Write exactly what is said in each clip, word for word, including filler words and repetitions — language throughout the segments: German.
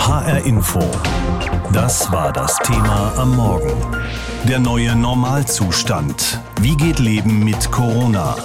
H R Info. Das war das Thema am Morgen. Der neue Normalzustand. Wie geht Leben mit Corona?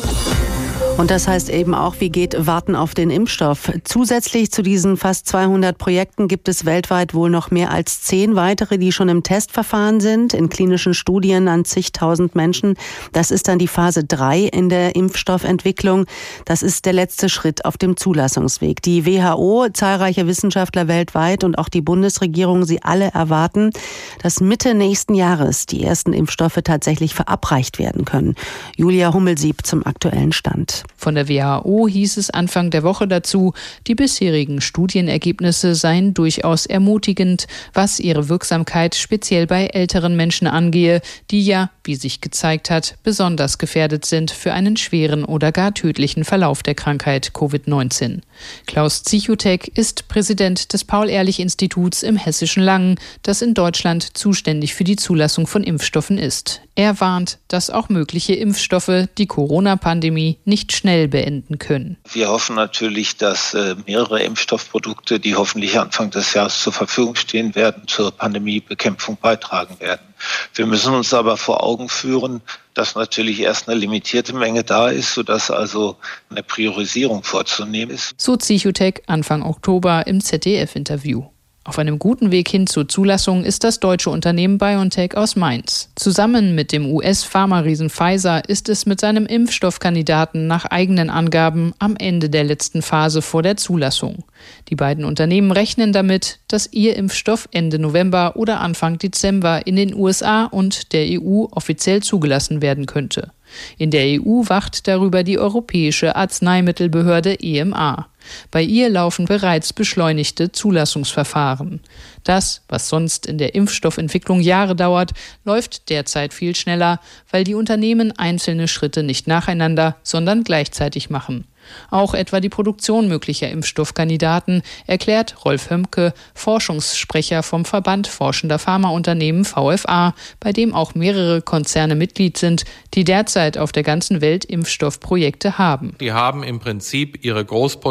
Und das heißt eben auch, wie geht Warten auf den Impfstoff? Zusätzlich zu diesen fast zweihundert Projekten gibt es weltweit wohl noch mehr als zehn weitere, die schon im Testverfahren sind, in klinischen Studien an zigtausend Menschen. Das ist dann die Phase drei in der Impfstoffentwicklung. Das ist der letzte Schritt auf dem Zulassungsweg. Die W H O, zahlreiche Wissenschaftler weltweit und auch die Bundesregierung, sie alle erwarten, dass Mitte nächsten Jahres die ersten Impfstoffe tatsächlich verabreicht werden können. Julia Hummelsieb zum aktuellen Stand. Von der W H O hieß es Anfang der Woche dazu, die bisherigen Studienergebnisse seien durchaus ermutigend, was ihre Wirksamkeit speziell bei älteren Menschen angehe, die ja, wie sich gezeigt hat, besonders gefährdet sind für einen schweren oder gar tödlichen Verlauf der Krankheit Covid neunzehn. Klaus Zichutek ist Präsident des Paul-Ehrlich-Instituts im hessischen Langen, das in Deutschland zuständig für die Zulassung von Impfstoffen ist. Er warnt, dass auch mögliche Impfstoffe die Corona-Pandemie nicht schnell beenden können. Wir hoffen natürlich, dass äh, mehrere Impfstoffprodukte, die hoffentlich Anfang des Jahres zur Verfügung stehen werden, zur Pandemiebekämpfung beitragen werden. Wir müssen uns aber vor Augen führen, dass natürlich erst eine limitierte Menge da ist, sodass also eine Priorisierung vorzunehmen ist. So Zichutek Anfang Oktober im Z D F-Interview. Auf einem guten Weg hin zur Zulassung ist das deutsche Unternehmen BioNTech aus Mainz. Zusammen mit dem U S-Pharma-Riesen Pfizer ist es mit seinem Impfstoffkandidaten nach eigenen Angaben am Ende der letzten Phase vor der Zulassung. Die beiden Unternehmen rechnen damit, dass ihr Impfstoff Ende November oder Anfang Dezember in den U S A und der E U offiziell zugelassen werden könnte. In der E U wacht darüber die Europäische Arzneimittelbehörde E M A. Bei ihr laufen bereits beschleunigte Zulassungsverfahren. Das, was sonst in der Impfstoffentwicklung Jahre dauert, läuft derzeit viel schneller, weil die Unternehmen einzelne Schritte nicht nacheinander, sondern gleichzeitig machen. Auch etwa die Produktion möglicher Impfstoffkandidaten, erklärt Rolf Hömke, Forschungssprecher vom Verband Forschender Pharmaunternehmen V F A, bei dem auch mehrere Konzerne Mitglied sind, die derzeit auf der ganzen Welt Impfstoffprojekte haben. Die haben im Prinzip ihre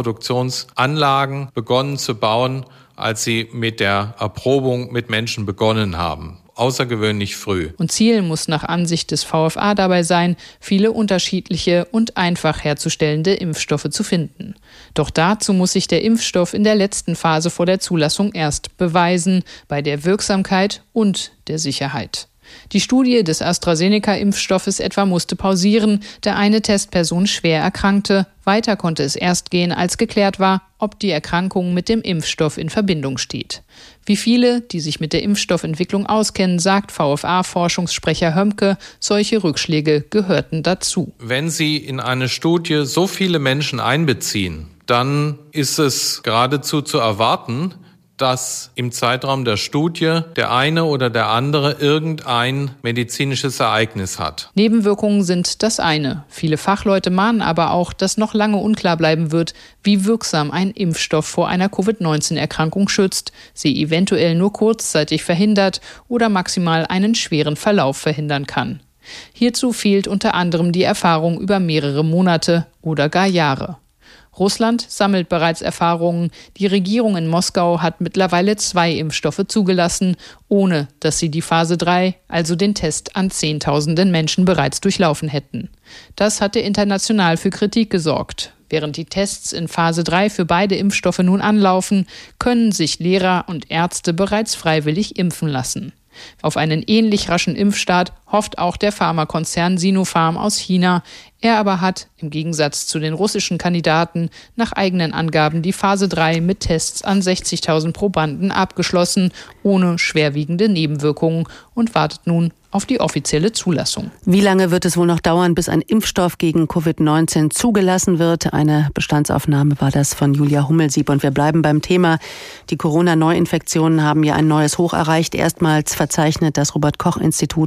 Großproduktionsanlagen begonnen zu bauen, als sie mit der Erprobung mit Menschen begonnen haben. Außergewöhnlich früh. Und Ziel muss nach Ansicht des V F A dabei sein, viele unterschiedliche und einfach herzustellende Impfstoffe zu finden. Doch dazu muss sich der Impfstoff in der letzten Phase vor der Zulassung erst beweisen, bei der Wirksamkeit und der Sicherheit. Die Studie des AstraZeneca-Impfstoffes etwa musste pausieren, da eine Testperson schwer erkrankte. Weiter konnte es erst gehen, als geklärt war, ob die Erkrankung mit dem Impfstoff in Verbindung steht. Wie viele, die sich mit der Impfstoffentwicklung auskennen, sagt V F A-Forschungssprecher Hömke, solche Rückschläge gehörten dazu. Wenn Sie in eine Studie so viele Menschen einbeziehen, dann ist es geradezu zu erwarten, dass im Zeitraum der Studie der eine oder der andere irgendein medizinisches Ereignis hat. Nebenwirkungen sind das eine. Viele Fachleute mahnen aber auch, dass noch lange unklar bleiben wird, wie wirksam ein Impfstoff vor einer Covid neunzehn Erkrankung schützt, sie eventuell nur kurzzeitig verhindert oder maximal einen schweren Verlauf verhindern kann. Hierzu fehlt unter anderem die Erfahrung über mehrere Monate oder gar Jahre. Russland sammelt bereits Erfahrungen. Die Regierung in Moskau hat mittlerweile zwei Impfstoffe zugelassen, ohne dass sie die Phase drei, also den Test an Zehntausenden Menschen bereits durchlaufen hätten. Das hatte international für Kritik gesorgt. Während die Tests in Phase drei für beide Impfstoffe nun anlaufen, können sich Lehrer und Ärzte bereits freiwillig impfen lassen. Auf einen ähnlich raschen Impfstart hofft auch der Pharmakonzern Sinopharm aus China. Er aber hat, im Gegensatz zu den russischen Kandidaten, nach eigenen Angaben die Phase drei mit Tests an sechzigtausend Probanden abgeschlossen, ohne schwerwiegende Nebenwirkungen und wartet nun auf die offizielle Zulassung. Wie lange wird es wohl noch dauern, bis ein Impfstoff gegen Covid neunzehn zugelassen wird? Eine Bestandsaufnahme war das von Julia Hummelsieb. Und wir bleiben beim Thema. Die Corona-Neuinfektionen haben ja ein neues Hoch erreicht. Erstmals verzeichnet das Robert-Koch-Institut mehr als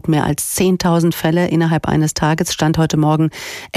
fast zehntausend Fälle innerhalb eines Tages. Stand heute Morgen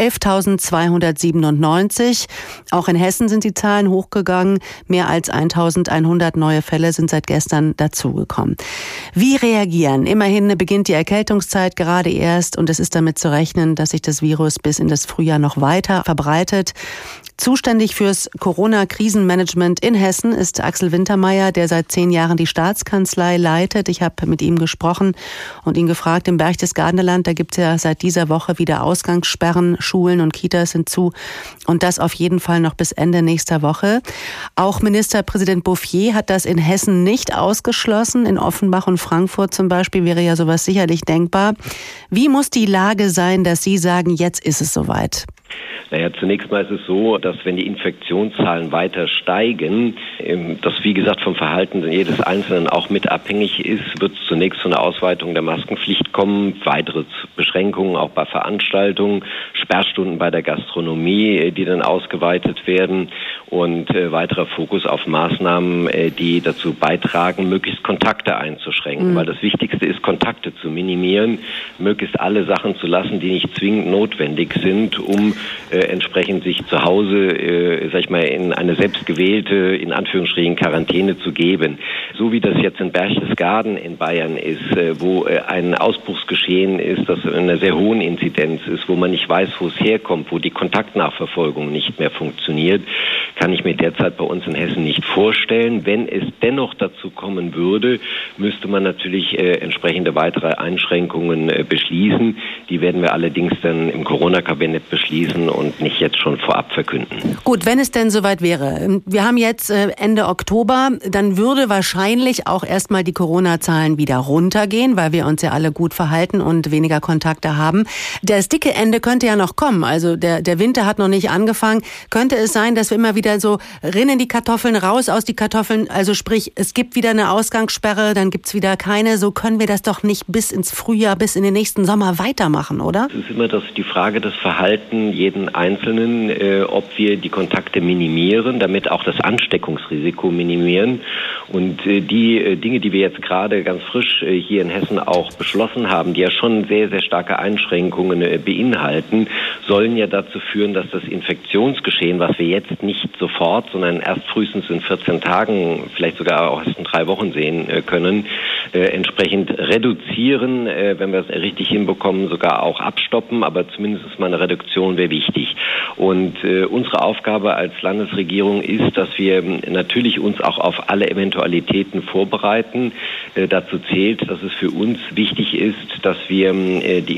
elftausendzweihundertsiebenundneunzig. Auch in Hessen sind die Zahlen hochgegangen. Mehr als eintausendeinhundert neue Fälle sind seit gestern dazugekommen. Wie reagieren? Immerhin beginnt die Erkältungszeit gerade erst und es ist damit zu rechnen, dass sich das Virus bis in das Frühjahr noch weiter verbreitet. Zuständig fürs Corona-Krisenmanagement in Hessen ist Axel Wintermeyer, der seit zehn Jahren die Staatskanzlei leitet. Ich habe mit ihm gesprochen und ihn gefragt, im Berchtesgadener, da gibt es ja seit dieser Woche wieder Ausgangssperren, Schulen und Kitas sind zu und das auf jeden Fall noch bis Ende nächster Woche. Auch Ministerpräsident Bouffier hat das in Hessen nicht ausgeschlossen. In Offenbach und Frankfurt zum Beispiel wäre ja sowas sicherlich denkbar. Wie muss die Lage sein, dass Sie sagen, jetzt ist es soweit? Naja, zunächst mal ist es so, dass wenn die Infektionszahlen weiter steigen, das wie gesagt vom Verhalten jedes Einzelnen auch mit abhängig ist, wird es zunächst zu einer Ausweitung der Maskenpflicht kommen, weitere Beschränkungen auch bei Veranstaltungen, Sperrstunden bei der Gastronomie, die dann ausgeweitet werden und äh, weiterer Fokus auf Maßnahmen, äh, die dazu beitragen, möglichst Kontakte einzuschränken, mhm. weil das Wichtigste ist, Kontakte zu minimieren, möglichst alle Sachen zu lassen, die nicht zwingend notwendig sind, um äh, entsprechend sich zu Hause, äh, sag ich mal, in eine selbstgewählte, in Anführungsstrichen, Quarantäne zu geben. So wie das jetzt in Berchtesgaden in Bayern ist, äh, wo äh, ein Ausbruchsgeschehen ist, das in einer sehr hohen Inzidenz ist, wo man nicht weiß, wo es herkommt, wo die Kontaktnachverfolgung nicht mehr funktioniert, kann ich mir derzeit bei uns in Hessen nicht vorstellen. Wenn es dennoch dazu kommen würde, müsste man natürlich äh, entsprechende weitere Einschränkungen äh, beschließen. Die werden wir allerdings dann im Corona-Kabinett beschließen und nicht jetzt schon vorab verkünden. Gut, wenn es denn soweit wäre. Wir haben jetzt äh, Ende Oktober, dann würde wahrscheinlich auch erstmal die Corona-Zahlen wieder runtergehen, weil wir uns ja alle gut verhalten und weniger Kontakte haben. Das dicke Ende könnte ja noch kommen. Also der, der Winter hat noch nicht angefangen. Könnte es sein, dass wir immer wieder so rinnen die Kartoffeln, raus aus die Kartoffeln, also sprich, es gibt wieder eine Ausgangssperre, dann gibt's wieder keine. So können wir das doch nicht bis ins Frühjahr, bis in den nächsten Sommer weitermachen, oder? Es ist immer das, die Frage des Verhaltens jeden Einzelnen, äh, ob wir die Kontakte minimieren, damit auch das Ansteckungsrisiko minimieren. Und äh, die äh, Dinge, die wir jetzt gerade ganz frisch äh, hier in Hessen auch beschlossen haben, die ja schon sehr, sehr starke Einschränkungen äh, beinhalten, sollen ja dazu führen, dass das Infektionsgeschehen, was wir jetzt nicht sofort, sondern erst frühestens in vierzehn Tagen, vielleicht sogar auch erst in drei Wochen sehen äh, können, äh, entsprechend reduzieren, äh, wenn wir es richtig hinbekommen, sogar auch abstoppen, aber zumindest mal eine Reduktion wäre wichtig. Und äh, unsere Aufgabe als Landesregierung ist, dass wir natürlich uns auch auf alle Eventualitäten vorbereiten. Äh, dazu zählt, dass es für uns wichtig ist, dass wir äh, die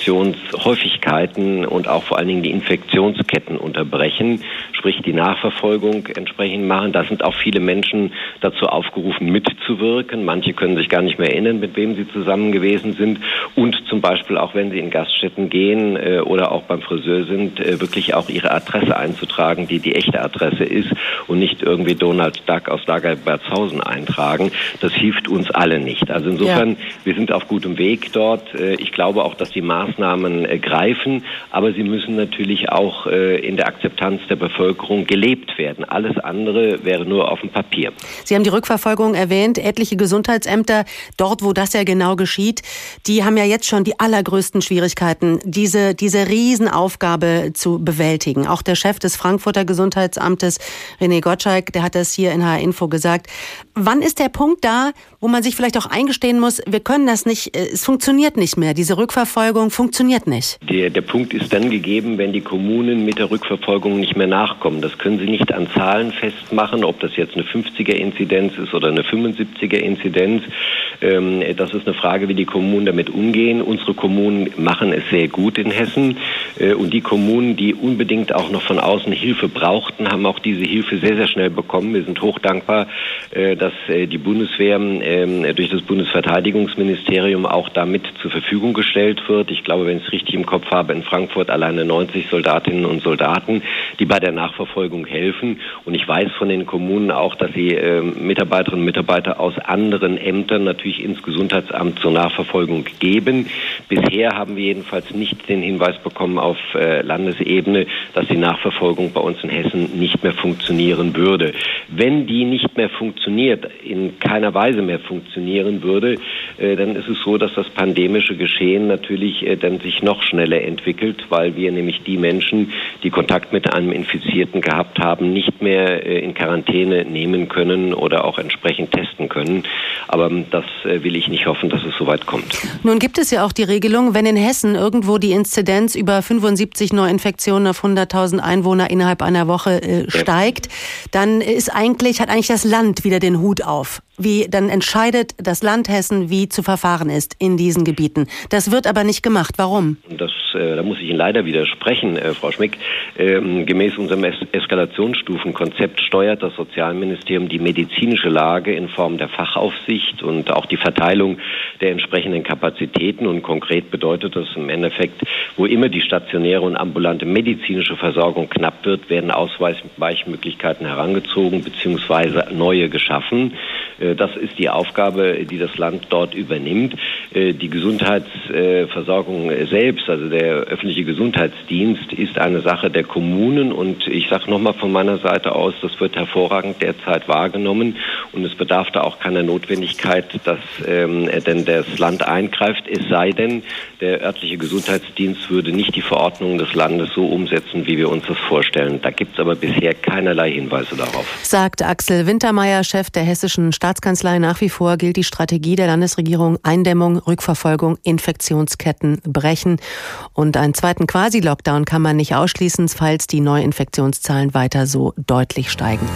Infektionshäufigkeiten und auch vor allen Dingen die Infektionsketten unterbrechen, sprich die Nachverfolgung entsprechend machen. Da sind auch viele Menschen dazu aufgerufen, mitzuwirken. Manche können sich gar nicht mehr erinnern, mit wem sie zusammen gewesen sind. Und zum Beispiel auch, wenn sie in Gaststätten gehen äh, oder auch beim Friseur sind, äh, wirklich auch ihre Adresse einzutragen, die die echte Adresse ist und nicht irgendwie Donald Duck aus Lagerbertshausen eintragen. Das hilft uns alle nicht. Also insofern, ja. wir sind auf gutem Weg dort. Äh, ich glaube auch, dass die Maßnahmen äh, greifen, aber sie müssen natürlich auch äh, in der Akzeptanz der Bevölkerung gelebt werden. Alles andere wäre nur auf dem Papier. Sie haben die Rückverfolgung erwähnt. Etliche Gesundheitsämter, dort, wo das ja genau geschieht, die haben ja jetzt schon die allergrößten Schwierigkeiten, diese, diese Riesenaufgabe zu bewältigen. Auch der Chef des Frankfurter Gesundheitsamtes, René Gottschalk, der hat das hier in H R Info gesagt. Wann ist der Punkt da, wo man sich vielleicht auch eingestehen muss, wir können das nicht, es funktioniert nicht mehr, diese Rückverfolgung funktioniert nicht? Der, der Punkt ist dann gegeben, wenn die Kommunen mit der Rückverfolgung nicht mehr nachkommen. Das können sie nicht an Zahlen festmachen, ob das jetzt eine fünfziger-Inzidenz ist oder eine fünfundsiebziger-Inzidenz. Ähm, das ist eine Frage, wie die Kommunen damit umgehen. Unsere Kommunen machen es sehr gut in Hessen. Äh, und die Kommunen, die unbedingt auch noch von außen Hilfe brauchten, haben auch diese Hilfe sehr, sehr schnell bekommen. Wir sind hochdankbar, äh, dass äh, die Bundeswehr äh, durch das Bundesverteidigungsministerium auch damit zur Verfügung gestellt wird. Ich glaube, wenn ich es richtig im Kopf habe, in Frankfurt alleine neunzig Soldatinnen und Soldaten, die bei der Nachverfolgung helfen. Und ich weiß von den Kommunen auch, dass sie äh, Mitarbeiterinnen und Mitarbeiter aus anderen Ämtern natürlich ins Gesundheitsamt zur Nachverfolgung geben. Bisher haben wir jedenfalls nicht den Hinweis bekommen auf äh, Landesebene, dass die Nachverfolgung bei uns in Hessen nicht mehr funktionieren würde. Wenn die nicht mehr funktioniert, in keiner Weise mehr funktionieren würde, dann ist es so, dass das pandemische Geschehen natürlich dann sich noch schneller entwickelt, weil wir nämlich die Menschen, die Kontakt mit einem Infizierten gehabt haben, nicht mehr in Quarantäne nehmen können oder auch entsprechend testen können. Aber das will ich nicht hoffen, dass es so weit kommt. Nun gibt es ja auch die Regelung, wenn in Hessen irgendwo die Inzidenz über fünfundsiebzig Neuinfektionen auf hunderttausend Einwohner innerhalb einer Woche äh, steigt, dann ist eigentlich, hat eigentlich das Land wieder den Hut auf. Wie, dann entscheidet das Land Hessen, wie zu verfahren ist in diesen Gebieten. Das wird aber nicht gemacht. Warum? Das, äh, da muss ich Ihnen leider widersprechen, äh, Frau Schmick. Ähm, gemäß unserem es- Eskalationsstufenkonzept steuert das Sozialministerium die medizinische Lage in Form der Fachaufsicht und auch die Verteilung der entsprechenden Kapazitäten. Und konkret bedeutet das im Endeffekt, wo immer die stationäre und ambulante medizinische Versorgung knapp wird, werden Ausweichmöglichkeiten herangezogen bzw. neue geschaffen. Das ist die Aufgabe, die das Land dort übernimmt. Die Gesundheitsversorgung selbst, also der öffentliche Gesundheitsdienst, ist eine Sache der Kommunen. Und ich sage nochmal von meiner Seite aus, das wird hervorragend derzeit wahrgenommen. Und es bedarf da auch keiner Notwendigkeit, dass ähm, denn das Land eingreift. Es sei denn, der örtliche Gesundheitsdienst würde nicht die Verordnungen des Landes so umsetzen, wie wir uns das vorstellen. Da gibt es aber bisher keinerlei Hinweise darauf. Sagt Axel Wintermeyer, Chef der Hessischen Staatskanzlei. Nach wie vor gilt die Strategie der Landesregierung: Eindämmung, Rückverfolgung, Infektionsketten brechen. Und einen zweiten Quasi-Lockdown kann man nicht ausschließen, falls die Neuinfektionszahlen weiter so deutlich steigen.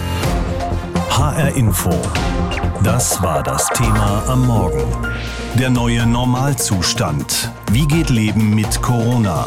H R Info. Das war das Thema am Morgen. Der neue Normalzustand. Wie geht Leben mit Corona?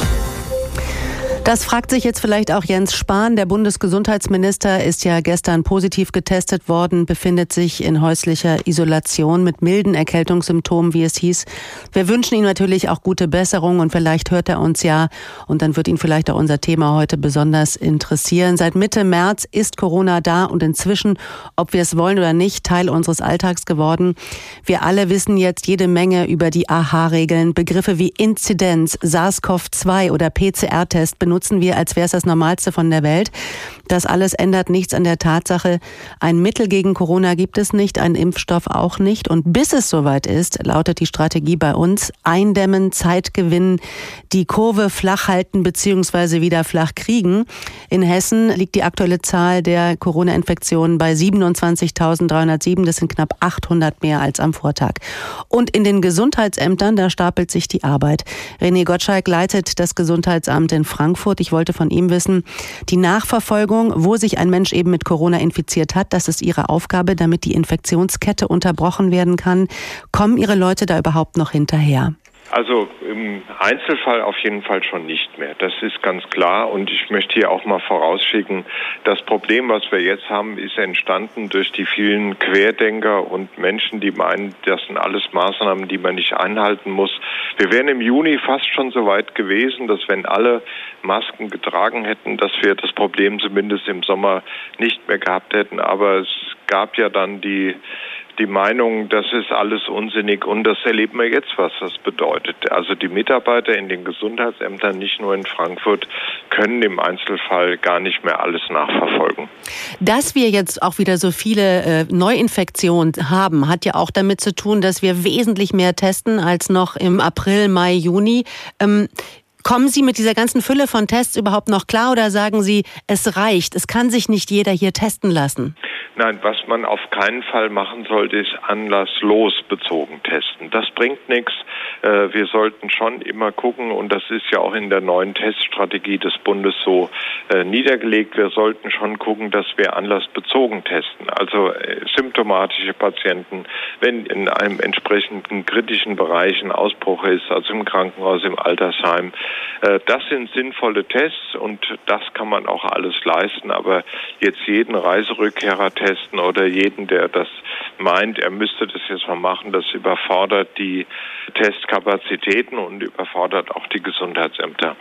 Das fragt sich jetzt vielleicht auch Jens Spahn. Der Bundesgesundheitsminister ist ja gestern positiv getestet worden, befindet sich in häuslicher Isolation mit milden Erkältungssymptomen, wie es hieß. Wir wünschen ihm natürlich auch gute Besserung und vielleicht hört er uns ja und dann wird ihn vielleicht auch unser Thema heute besonders interessieren. Seit Mitte März ist Corona da und inzwischen, ob wir es wollen oder nicht, Teil unseres Alltags geworden. Wir alle wissen jetzt jede Menge über die A H A-Regeln. Begriffe wie Inzidenz, SARS-C o V zwei oder P C R-Test benutzen wir, als wäre es das Normalste von der Welt. Das alles ändert nichts an der Tatsache, ein Mittel gegen Corona gibt es nicht, einen Impfstoff auch nicht. Und bis es soweit ist, lautet die Strategie bei uns: eindämmen, Zeit gewinnen, die Kurve flach halten bzw. wieder flach kriegen. In Hessen liegt die aktuelle Zahl der Corona-Infektionen bei siebenundzwanzigtausenddreihundertsieben. Das sind knapp achthundert mehr als am Vortag. Und in den Gesundheitsämtern, da stapelt sich die Arbeit. René Gottschalk leitet das Gesundheitsamt in Frankfurt. Ich wollte von ihm wissen, die Nachverfolgung, wo sich ein Mensch eben mit Corona infiziert hat, das ist Ihre Aufgabe, damit die Infektionskette unterbrochen werden kann. Kommen Ihre Leute da überhaupt noch hinterher? Also im Einzelfall auf jeden Fall schon nicht mehr. Das ist ganz klar. Und ich möchte hier auch mal vorausschicken, das Problem, was wir jetzt haben, ist entstanden durch die vielen Querdenker und Menschen, die meinen, das sind alles Maßnahmen, die man nicht einhalten muss. Wir wären im Juni fast schon so weit gewesen, dass wenn alle Masken getragen hätten, dass wir das Problem zumindest im Sommer nicht mehr gehabt hätten. Aber es gab ja dann die die Meinung, das ist alles unsinnig, und das erleben wir jetzt, was das bedeutet. Also die Mitarbeiter in den Gesundheitsämtern, nicht nur in Frankfurt, können im Einzelfall gar nicht mehr alles nachverfolgen. Dass wir jetzt auch wieder so viele äh, Neuinfektionen haben, hat ja auch damit zu tun, dass wir wesentlich mehr testen als noch im April, Mai, Juni. Ähm, Kommen Sie mit dieser ganzen Fülle von Tests überhaupt noch klar oder sagen Sie, es reicht, es kann sich nicht jeder hier testen lassen? Nein, was man auf keinen Fall machen sollte, ist anlasslos bezogen testen. Das bringt nichts. Wir sollten schon immer gucken, und das ist ja auch in der neuen Teststrategie des Bundes so niedergelegt, wir sollten schon gucken, dass wir anlassbezogen testen. Also symptomatische Patienten, wenn in einem entsprechenden kritischen Bereich ein Ausbruch ist, also im Krankenhaus, im Altersheim. Das sind sinnvolle Tests und das kann man auch alles leisten, aber jetzt jeden Reiserückkehrer testen oder jeden, der das meint, er müsste das jetzt mal machen, das überfordert die Testkapazitäten und überfordert auch die Gesundheitsämter.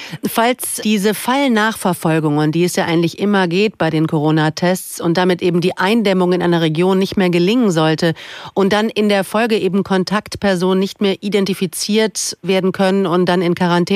Falls diese Fallnachverfolgungen, die es ja eigentlich immer geht bei den Corona-Tests und damit eben die Eindämmung in einer Region nicht mehr gelingen sollte und dann in der Folge eben Kontaktpersonen nicht mehr identifiziert werden können und dann in Quarantäne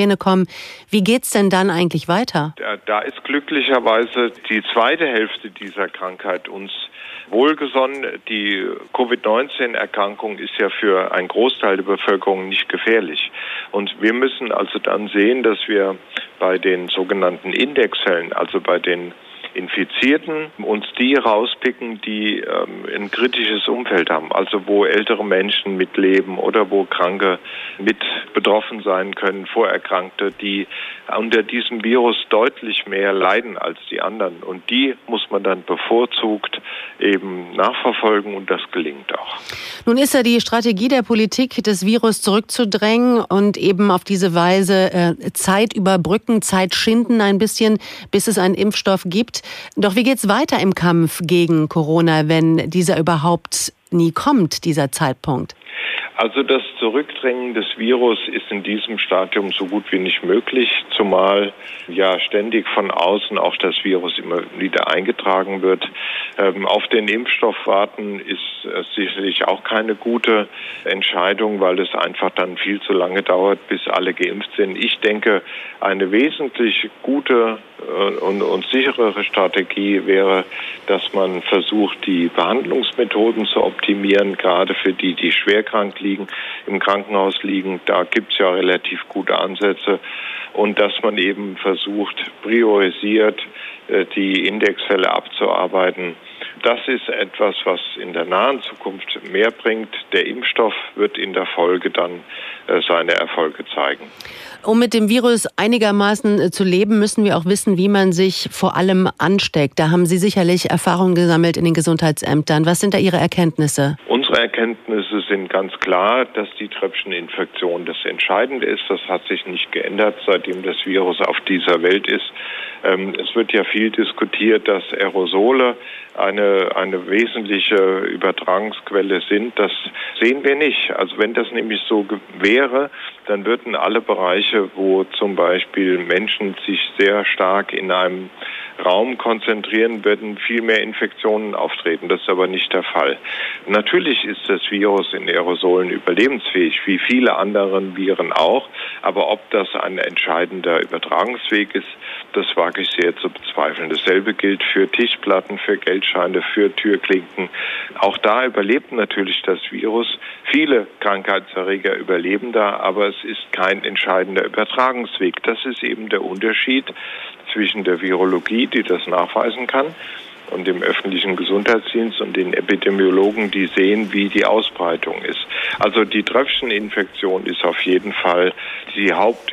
Ukraine kommen. Wie geht's denn dann eigentlich weiter? Da, da ist glücklicherweise die zweite Hälfte dieser Krankheit uns wohlgesonnen. Die Covid neunzehn Erkrankung ist ja für einen Großteil der Bevölkerung nicht gefährlich. Und wir müssen also dann sehen, dass wir bei den sogenannten Indexfällen, also bei den Infizierten, uns die rauspicken, die ähm, ein kritisches Umfeld haben, also wo ältere Menschen mitleben oder wo Kranke mit betroffen sein können, Vorerkrankte, die unter diesem Virus deutlich mehr leiden als die anderen. Und die muss man dann bevorzugt eben nachverfolgen und das gelingt auch. Nun ist ja die Strategie der Politik, das Virus zurückzudrängen und eben auf diese Weise äh, Zeit überbrücken, Zeit schinden ein bisschen, bis es einen Impfstoff gibt. Doch wie geht's weiter im Kampf gegen Corona, wenn dieser überhaupt nie kommt, dieser Zeitpunkt? Also das Zurückdrängen des Virus ist in diesem Stadium so gut wie nicht möglich, zumal ja ständig von außen auch das Virus immer wieder eingetragen wird. Ähm, auf den Impfstoff warten ist äh, sicherlich auch keine gute Entscheidung, weil es einfach dann viel zu lange dauert, bis alle geimpft sind. Ich denke, eine wesentlich gute äh, und, und sicherere Strategie wäre, dass man versucht, die Behandlungsmethoden zu optimieren, gerade für die, die schwer krank liegen, im Krankenhaus liegen. Da gibt es ja relativ gute Ansätze. Und dass man eben versucht, priorisiert äh, die Indexfälle abzuarbeiten. Das ist etwas, was in der nahen Zukunft mehr bringt. Der Impfstoff wird in der Folge dann äh, seine Erfolge zeigen. Um mit dem Virus einigermaßen äh, zu leben, müssen wir auch wissen, wie man sich vor allem ansteckt. Da haben Sie sicherlich Erfahrungen gesammelt in den Gesundheitsämtern. Was sind da Ihre Erkenntnisse? Unsere Erkenntnisse sind ganz klar, dass die Tröpfcheninfektion das Entscheidende ist. Das hat sich nicht geändert, seitdem das Virus auf dieser Welt ist. Ähm, es wird ja viel diskutiert, dass Aerosole eine, eine wesentliche Übertragungsquelle sind. Das sehen wir nicht. Also wenn das nämlich so wäre, dann würden alle Bereiche, wo zum Beispiel Menschen sich sehr stark in einem Raum konzentrieren, werden viel mehr Infektionen auftreten. Das ist aber nicht der Fall. Natürlich ist das Virus in Aerosolen überlebensfähig, wie viele anderen Viren auch. Aber ob das ein entscheidender Übertragungsweg ist, das wage ich sehr zu bezweifeln. Dasselbe gilt für Tischplatten, für Geldscheine, für Türklinken. Auch da überlebt natürlich das Virus. Viele Krankheitserreger überleben da, aber es ist kein entscheidender Übertragungsweg. Das ist eben der Unterschied zwischen der Virologie, die das nachweisen kann, und dem öffentlichen Gesundheitsdienst und den Epidemiologen, die sehen, wie die Ausbreitung ist. Also die Tröpfcheninfektion ist auf jeden Fall die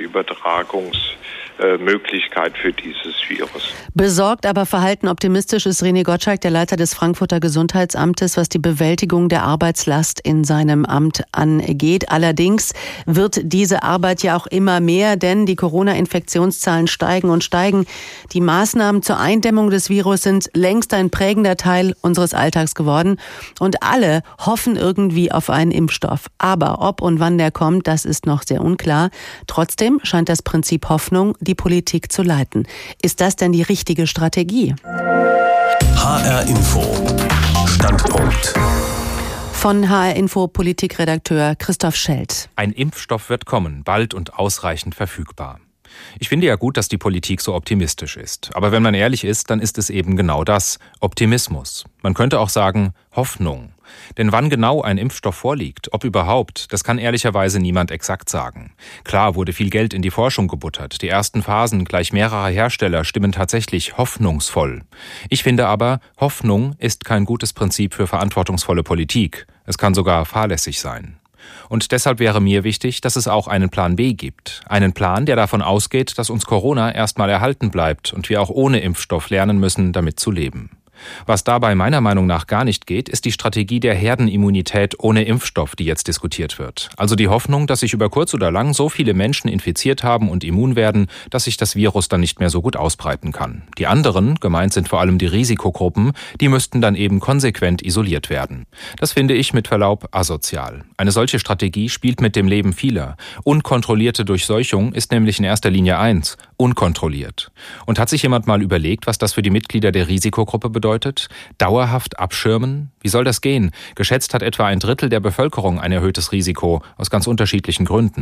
Hauptübertragungsmöglichkeit für dieses Virus. Besorgt, aber verhalten optimistisch ist René Gottschalk, der Leiter des Frankfurter Gesundheitsamtes, was die Bewältigung der Arbeitslast in seinem Amt angeht. Allerdings wird diese Arbeit ja auch immer mehr, denn die Corona-Infektionszahlen steigen und steigen. Die Maßnahmen zur Eindämmung des Virus sind längst ein prägender Teil unseres Alltags geworden. Und alle hoffen irgendwie auf einen Impfstoff. Aber ob und wann der kommt, das ist noch sehr unklar. Trotzdem scheint das Prinzip Hoffnung die Politik zu leiten. Ist das denn die richtige Strategie? H R Info. Standpunkt. Von H R Info Politikredakteur Christoph Schelt. Ein Impfstoff wird kommen, bald und ausreichend verfügbar. Ich finde ja gut, dass die Politik so optimistisch ist. Aber wenn man ehrlich ist, dann ist es eben genau das, Optimismus. Man könnte auch sagen, Hoffnung. Denn wann genau ein Impfstoff vorliegt, ob überhaupt, das kann ehrlicherweise niemand exakt sagen. Klar wurde viel Geld in die Forschung gebuttert. Die ersten Phasen gleich mehrerer Hersteller stimmen tatsächlich hoffnungsvoll. Ich finde aber, Hoffnung ist kein gutes Prinzip für verantwortungsvolle Politik. Es kann sogar fahrlässig sein. Und deshalb wäre mir wichtig, dass es auch einen Plan B gibt. Einen Plan, der davon ausgeht, dass uns Corona erstmal erhalten bleibt und wir auch ohne Impfstoff lernen müssen, damit zu leben. Was dabei meiner Meinung nach gar nicht geht, ist die Strategie der Herdenimmunität ohne Impfstoff, die jetzt diskutiert wird. Also die Hoffnung, dass sich über kurz oder lang so viele Menschen infiziert haben und immun werden, dass sich das Virus dann nicht mehr so gut ausbreiten kann. Die anderen, gemeint sind vor allem die Risikogruppen, die müssten dann eben konsequent isoliert werden. Das finde ich mit Verlaub asozial. Eine solche Strategie spielt mit dem Leben vieler. Unkontrollierte Durchseuchung ist nämlich in erster Linie eins, unkontrolliert. Und hat sich jemand mal überlegt, was das für die Mitglieder der Risikogruppe bedeutet? Bedeutet, dauerhaft abschirmen? Wie soll das gehen? Geschätzt hat etwa ein Drittel der Bevölkerung ein erhöhtes Risiko, aus ganz unterschiedlichen Gründen.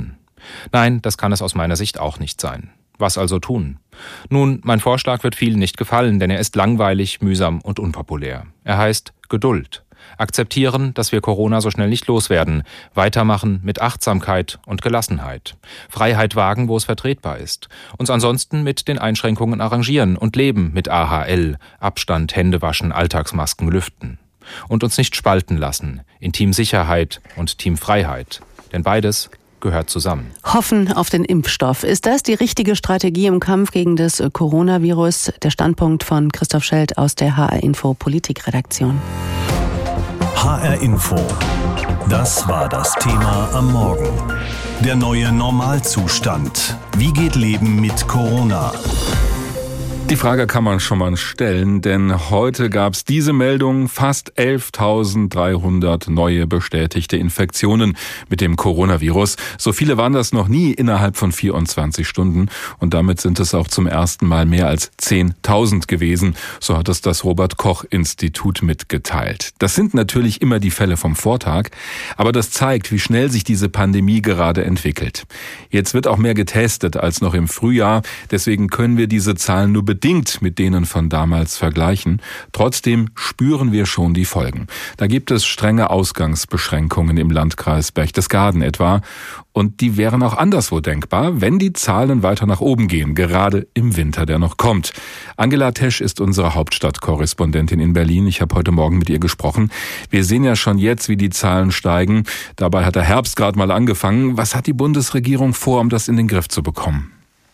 Nein, das kann es aus meiner Sicht auch nicht sein. Was also tun? Nun, mein Vorschlag wird vielen nicht gefallen, denn er ist langweilig, mühsam und unpopulär. Er heißt Geduld. Akzeptieren, dass wir Corona so schnell nicht loswerden. Weitermachen mit Achtsamkeit und Gelassenheit. Freiheit wagen, wo es vertretbar ist. Uns ansonsten mit den Einschränkungen arrangieren und leben mit A H L, Abstand, Hände waschen, Alltagsmasken lüften. Und uns nicht spalten lassen in Teamsicherheit und Teamfreiheit. Denn beides gehört zusammen. Hoffen auf den Impfstoff. Ist das die richtige Strategie im Kampf gegen das Coronavirus? Der Standpunkt von Christoph Schelt aus der H R Info Politikredaktion. H R Info. Das war das Thema am Morgen. Der neue Normalzustand. Wie geht Leben mit Corona? Die Frage kann man schon mal stellen, denn heute gab es diese Meldung, fast elftausenddreihundert neue bestätigte Infektionen mit dem Coronavirus. So viele waren das noch nie innerhalb von vierundzwanzig Stunden und damit sind es auch zum ersten Mal mehr als zehntausend gewesen. So hat es das Robert-Koch-Institut mitgeteilt. Das sind natürlich immer die Fälle vom Vortag, aber das zeigt, wie schnell sich diese Pandemie gerade entwickelt. Jetzt wird auch mehr getestet als noch im Frühjahr, deswegen können wir diese Zahlen nur bedingt mit denen von damals vergleichen. Trotzdem spüren wir schon die Folgen. Da gibt es strenge Ausgangsbeschränkungen im Landkreis Berchtesgaden etwa. Und die wären auch anderswo denkbar, wenn die Zahlen weiter nach oben gehen, gerade im Winter, der noch kommt. Angela Tesch ist unsere Hauptstadtkorrespondentin in Berlin. Ich habe heute Morgen mit ihr gesprochen. Wir sehen ja schon jetzt, wie die Zahlen steigen. Dabei hat der Herbst gerade mal angefangen. Was hat die Bundesregierung vor, um das in den Griff zu bekommen?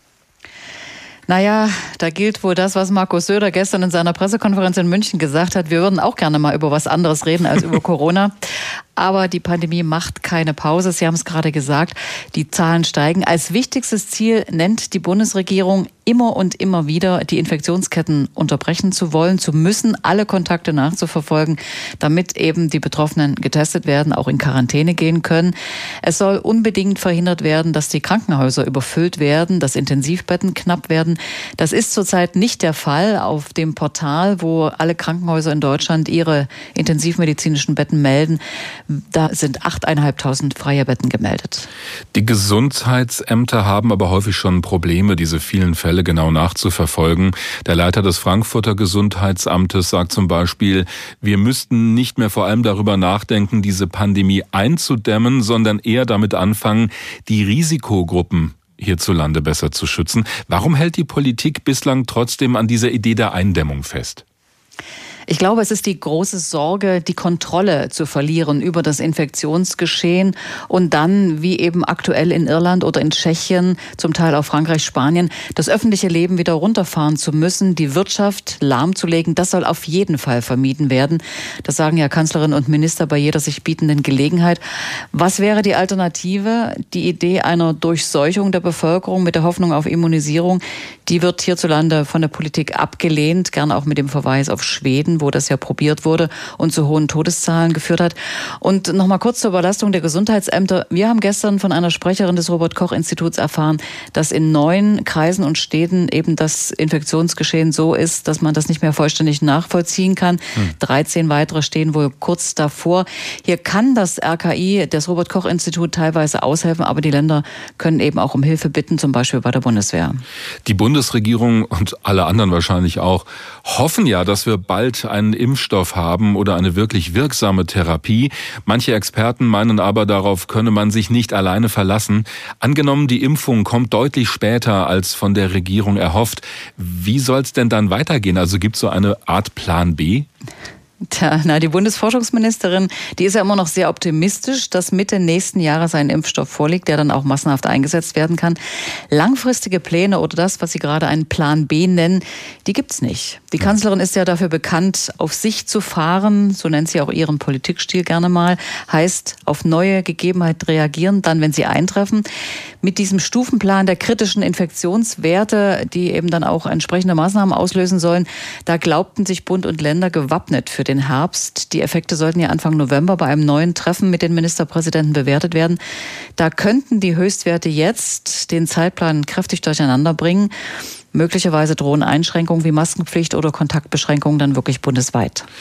Naja, da gilt wohl das, was Markus Söder gestern in seiner Pressekonferenz in München gesagt hat. Wir würden auch gerne mal über was anderes reden als über Corona. Aber die Pandemie macht keine Pause. Sie haben es gerade gesagt, die Zahlen steigen. Als wichtigstes Ziel nennt die Bundesregierung immer und immer wieder, die Infektionsketten unterbrechen zu wollen, zu müssen, alle Kontakte nachzuverfolgen, damit eben die Betroffenen getestet werden, auch in Quarantäne gehen können. Es soll unbedingt verhindert werden, dass die Krankenhäuser überfüllt werden, dass Intensivbetten knapp werden. Das ist zurzeit nicht der Fall. Auf dem Portal, wo alle Krankenhäuser in Deutschland ihre intensivmedizinischen Betten melden, da sind achttausendfünfhundert freie Betten gemeldet. Die Gesundheitsämter haben aber häufig schon Probleme, diese vielen Fälle genau nachzuverfolgen. Der Leiter des Frankfurter Gesundheitsamtes sagt zum Beispiel, wir müssten nicht mehr vor allem darüber nachdenken, diese Pandemie einzudämmen, sondern eher damit anfangen, die Risikogruppen hierzulande besser zu schützen. Warum hält die Politik bislang trotzdem an dieser Idee der Eindämmung fest? Ich glaube, es ist die große Sorge, die Kontrolle zu verlieren über das Infektionsgeschehen und dann, wie eben aktuell in Irland oder in Tschechien, zum Teil auch Frankreich, Spanien, das öffentliche Leben wieder runterfahren zu müssen, die Wirtschaft lahmzulegen. Das soll auf jeden Fall vermieden werden. Das sagen ja Kanzlerin und Minister bei jeder sich bietenden Gelegenheit. Was wäre die Alternative? Die Idee einer Durchseuchung der Bevölkerung mit der Hoffnung auf Immunisierung, die wird hierzulande von der Politik abgelehnt, gern auch mit dem Verweis auf Schweden, wo das ja probiert wurde und zu hohen Todeszahlen geführt hat. Und noch mal kurz zur Überlastung der Gesundheitsämter. Wir haben gestern von einer Sprecherin des Robert-Koch-Instituts erfahren, dass in neun Kreisen und Städten eben das Infektionsgeschehen so ist, dass man das nicht mehr vollständig nachvollziehen kann. Hm. dreizehn weitere stehen wohl kurz davor. Hier kann das R K I, das Robert-Koch-Institut, teilweise aushelfen, aber die Länder können eben auch um Hilfe bitten, zum Beispiel bei der Bundeswehr. Die Bundesregierung und alle anderen wahrscheinlich auch hoffen ja, dass wir bald einen Impfstoff haben oder eine wirklich wirksame Therapie. Manche Experten meinen aber, darauf könne man sich nicht alleine verlassen. Angenommen, die Impfung kommt deutlich später als von der Regierung erhofft. Wie soll es denn dann weitergehen? Also gibt es so eine Art Plan B? Tja, na, die Bundesforschungsministerin, die ist ja immer noch sehr optimistisch, dass Mitte nächsten Jahres ein Impfstoff vorliegt, der dann auch massenhaft eingesetzt werden kann. Langfristige Pläne oder das, was Sie gerade einen Plan B nennen, die gibt's nicht. Die Kanzlerin ist ja dafür bekannt, auf sich zu fahren, so nennt sie auch ihren Politikstil gerne mal, heißt auf neue Gegebenheiten reagieren, dann, wenn sie eintreffen. Mit diesem Stufenplan der kritischen Infektionswerte, die eben dann auch entsprechende Maßnahmen auslösen sollen, da glaubten sich Bund und Länder gewappnet für den Herbst. Die Effekte sollten ja Anfang November bei einem neuen Treffen mit den Ministerpräsidenten bewertet werden. Da könnten die Höchstwerte jetzt den Zeitplan kräftig durcheinander bringen. Möglicherweise drohen Einschränkungen wie Maskenpflicht oder Kontaktbeschränkungen dann wirklich bundesweit.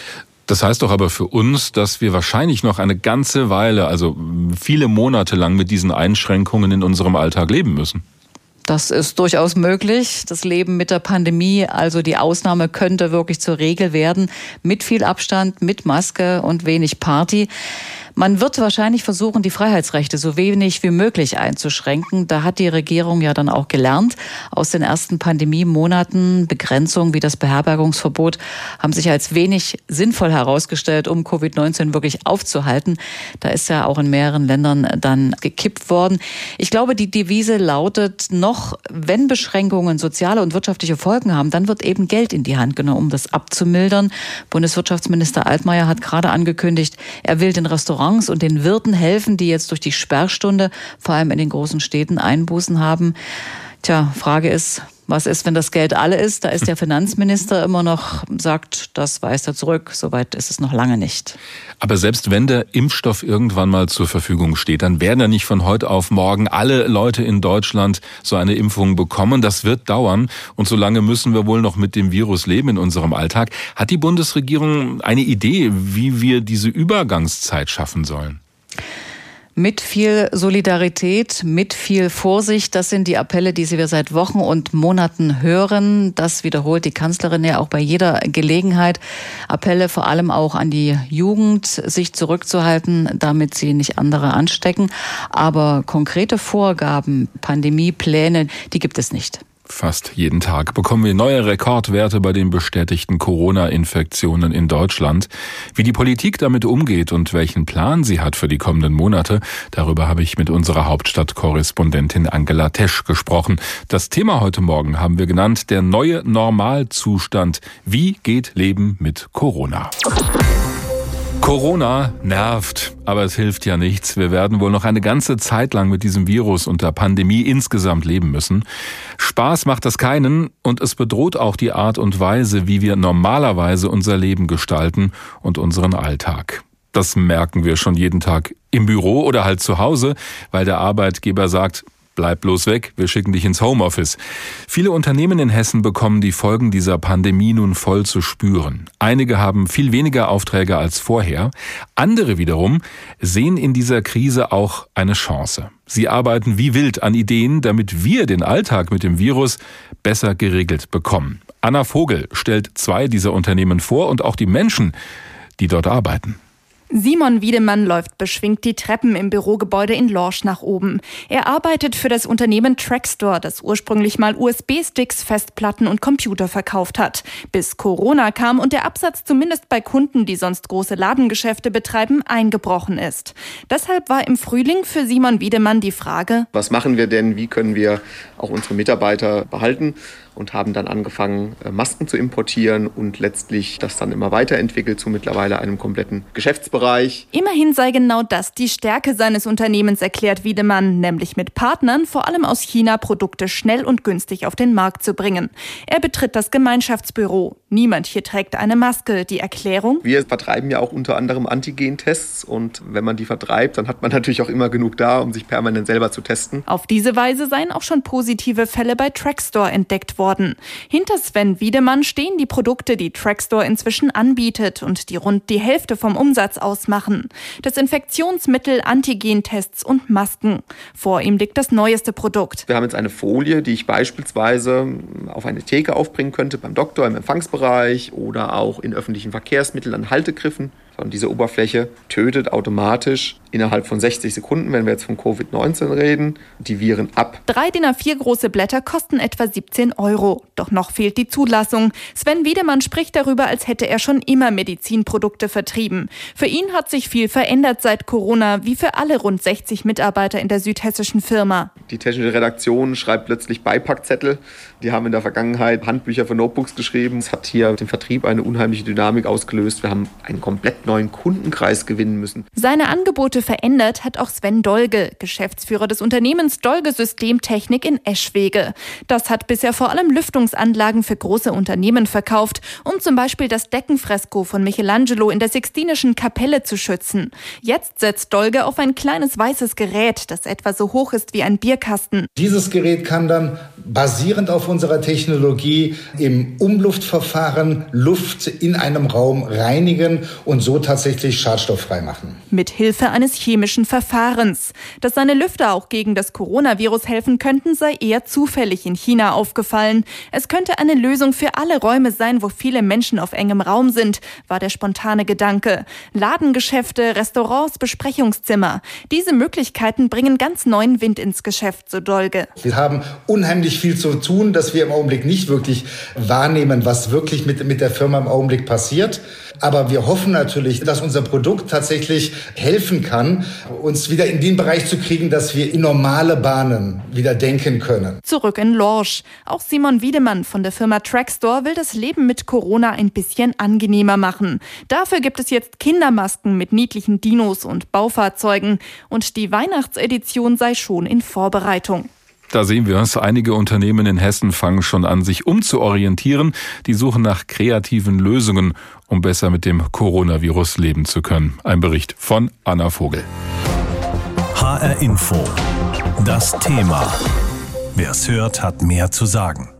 Das heißt doch aber für uns, dass wir wahrscheinlich noch eine ganze Weile, also viele Monate lang mit diesen Einschränkungen in unserem Alltag leben müssen. Das ist durchaus möglich. Das Leben mit der Pandemie, also die Ausnahme könnte wirklich zur Regel werden. Mit viel Abstand, mit Maske und wenig Party. Man wird wahrscheinlich versuchen, die Freiheitsrechte so wenig wie möglich einzuschränken. Da hat die Regierung ja dann auch gelernt. Aus den ersten Pandemiemonaten, Begrenzungen wie das Beherbergungsverbot, haben sich als wenig sinnvoll herausgestellt, um Covid neunzehn wirklich aufzuhalten. Da ist ja auch in mehreren Ländern dann gekippt worden. Ich glaube, die Devise lautet noch, wenn Beschränkungen soziale und wirtschaftliche Folgen haben, dann wird eben Geld in die Hand genommen, um das abzumildern. Bundeswirtschaftsminister Altmaier hat gerade angekündigt, er will den Restaurants und den Wirten helfen, die jetzt durch die Sperrstunde vor allem in den großen Städten Einbußen haben. Tja, Frage ist, was ist, wenn das Geld alle ist? Da ist der Finanzminister immer noch, sagt, das weist er zurück. Soweit ist es noch lange nicht. Aber selbst wenn der Impfstoff irgendwann mal zur Verfügung steht, dann werden ja nicht von heute auf morgen alle Leute in Deutschland so eine Impfung bekommen. Das wird dauern. Und solange müssen wir wohl noch mit dem Virus leben in unserem Alltag. Hat die Bundesregierung eine Idee, wie wir diese Übergangszeit schaffen sollen? Mit viel Solidarität, mit viel Vorsicht, das sind die Appelle, die wir seit Wochen und Monaten hören. Das wiederholt die Kanzlerin ja auch bei jeder Gelegenheit. Appelle vor allem auch an die Jugend, sich zurückzuhalten, damit sie nicht andere anstecken. Aber konkrete Vorgaben, Pandemiepläne, die gibt es nicht. Fast jeden Tag bekommen wir neue Rekordwerte bei den bestätigten Corona-Infektionen in Deutschland. Wie die Politik damit umgeht und welchen Plan sie hat für die kommenden Monate, darüber habe ich mit unserer Hauptstadtkorrespondentin Angela Tesch gesprochen. Das Thema heute Morgen haben wir genannt, der neue Normalzustand. Wie geht Leben mit Corona? Corona nervt, aber es hilft ja nichts. Wir werden wohl noch eine ganze Zeit lang mit diesem Virus und der Pandemie insgesamt leben müssen. Spaß macht das keinen und es bedroht auch die Art und Weise, wie wir normalerweise unser Leben gestalten und unseren Alltag. Das merken wir schon jeden Tag im Büro oder halt zu Hause, weil der Arbeitgeber sagt, bleib bloß weg, wir schicken dich ins Homeoffice. Viele Unternehmen in Hessen bekommen die Folgen dieser Pandemie nun voll zu spüren. Einige haben viel weniger Aufträge als vorher. Andere wiederum sehen in dieser Krise auch eine Chance. Sie arbeiten wie wild an Ideen, damit wir den Alltag mit dem Virus besser geregelt bekommen. Anna Vogel stellt zwei dieser Unternehmen vor und auch die Menschen, die dort arbeiten. Simon Wiedemann läuft beschwingt die Treppen im Bürogebäude in Lorsch nach oben. Er arbeitet für das Unternehmen Trackstore, das ursprünglich mal U S B-Sticks, Festplatten und Computer verkauft hat. Bis Corona kam und der Absatz zumindest bei Kunden, die sonst große Ladengeschäfte betreiben, eingebrochen ist. Deshalb war im Frühling für Simon Wiedemann die Frage: Was machen wir denn? Wie können wir auch unsere Mitarbeiter behalten? Und haben dann angefangen, Masken zu importieren und letztlich das dann immer weiterentwickelt zu mittlerweile einem kompletten Geschäftsbereich. Immerhin sei genau das die Stärke seines Unternehmens, erklärt Wiedemann, nämlich mit Partnern vor allem aus China Produkte schnell und günstig auf den Markt zu bringen. Er betritt das Gemeinschaftsbüro. Niemand hier trägt eine Maske. Die Erklärung: Wir vertreiben ja auch unter anderem Antigen-Tests und wenn man die vertreibt, dann hat man natürlich auch immer genug da, um sich permanent selber zu testen. Auf diese Weise seien auch schon positive Fälle bei Trackstore entdeckt worden. Hinter Sven Wiedemann stehen die Produkte, die Trackstore inzwischen anbietet und die rund die Hälfte vom Umsatz ausmachen. Desinfektionsmittel, Antigentests und Masken. Vor ihm liegt das neueste Produkt. Wir haben jetzt eine Folie, die ich beispielsweise auf eine Theke aufbringen könnte beim Doktor im Empfangsbereich oder auch in öffentlichen Verkehrsmitteln an Haltegriffen. Und diese Oberfläche tötet automatisch innerhalb von sechzig Sekunden, wenn wir jetzt von Covid neunzehn reden, die Viren ab. Drei D I N A vier große Blätter kosten etwa siebzehn Euro. Doch noch fehlt die Zulassung. Sven Wiedemann spricht darüber, als hätte er schon immer Medizinprodukte vertrieben. Für ihn hat sich viel verändert seit Corona, wie für alle rund sechzig Mitarbeiter in der südhessischen Firma. Die technische Redaktion schreibt plötzlich Beipackzettel. Die haben in der Vergangenheit Handbücher für Notebooks geschrieben. Es hat hier den Vertrieb eine unheimliche Dynamik ausgelöst. Wir haben einen kompletten neuen Kundenkreis gewinnen müssen. Seine Angebote verändert hat auch Sven Dolge, Geschäftsführer des Unternehmens Dolge Systemtechnik in Eschwege. Das hat bisher vor allem Lüftungsanlagen für große Unternehmen verkauft, um zum Beispiel das Deckenfresko von Michelangelo in der Sixtinischen Kapelle zu schützen. Jetzt setzt Dolge auf ein kleines weißes Gerät, das etwa so hoch ist wie ein Bierkasten. Dieses Gerät kann dann basierend auf unserer Technologie im Umluftverfahren Luft in einem Raum reinigen und so tatsächlich schadstofffrei machen. Mit Hilfe eines chemischen Verfahrens. Dass seine Lüfter auch gegen das Coronavirus helfen könnten, sei eher zufällig in China aufgefallen. Es könnte eine Lösung für alle Räume sein, wo viele Menschen auf engem Raum sind, war der spontane Gedanke. Ladengeschäfte, Restaurants, Besprechungszimmer. Diese Möglichkeiten bringen ganz neuen Wind ins Geschäft, so Dolge. Wir haben unheimlich viel zu tun, dass wir im Augenblick nicht wirklich wahrnehmen, was wirklich mit, mit der Firma im Augenblick passiert. Aber wir hoffen natürlich, dass unser Produkt tatsächlich helfen kann, uns wieder in den Bereich zu kriegen, dass wir in normale Bahnen wieder denken können. Zurück in Lorsch. Auch Simon Wiedemann von der Firma Trackstore will das Leben mit Corona ein bisschen angenehmer machen. Dafür gibt es jetzt Kindermasken mit niedlichen Dinos und Baufahrzeugen. Und die Weihnachtsedition sei schon in Vorbereitung. Da sehen wir es. Einige Unternehmen in Hessen fangen schon an, sich umzuorientieren. Die suchen nach kreativen Lösungen, um besser mit dem Coronavirus leben zu können. Ein Bericht von Anna Vogel. H R Info. Das Thema. Wer es hört, hat mehr zu sagen.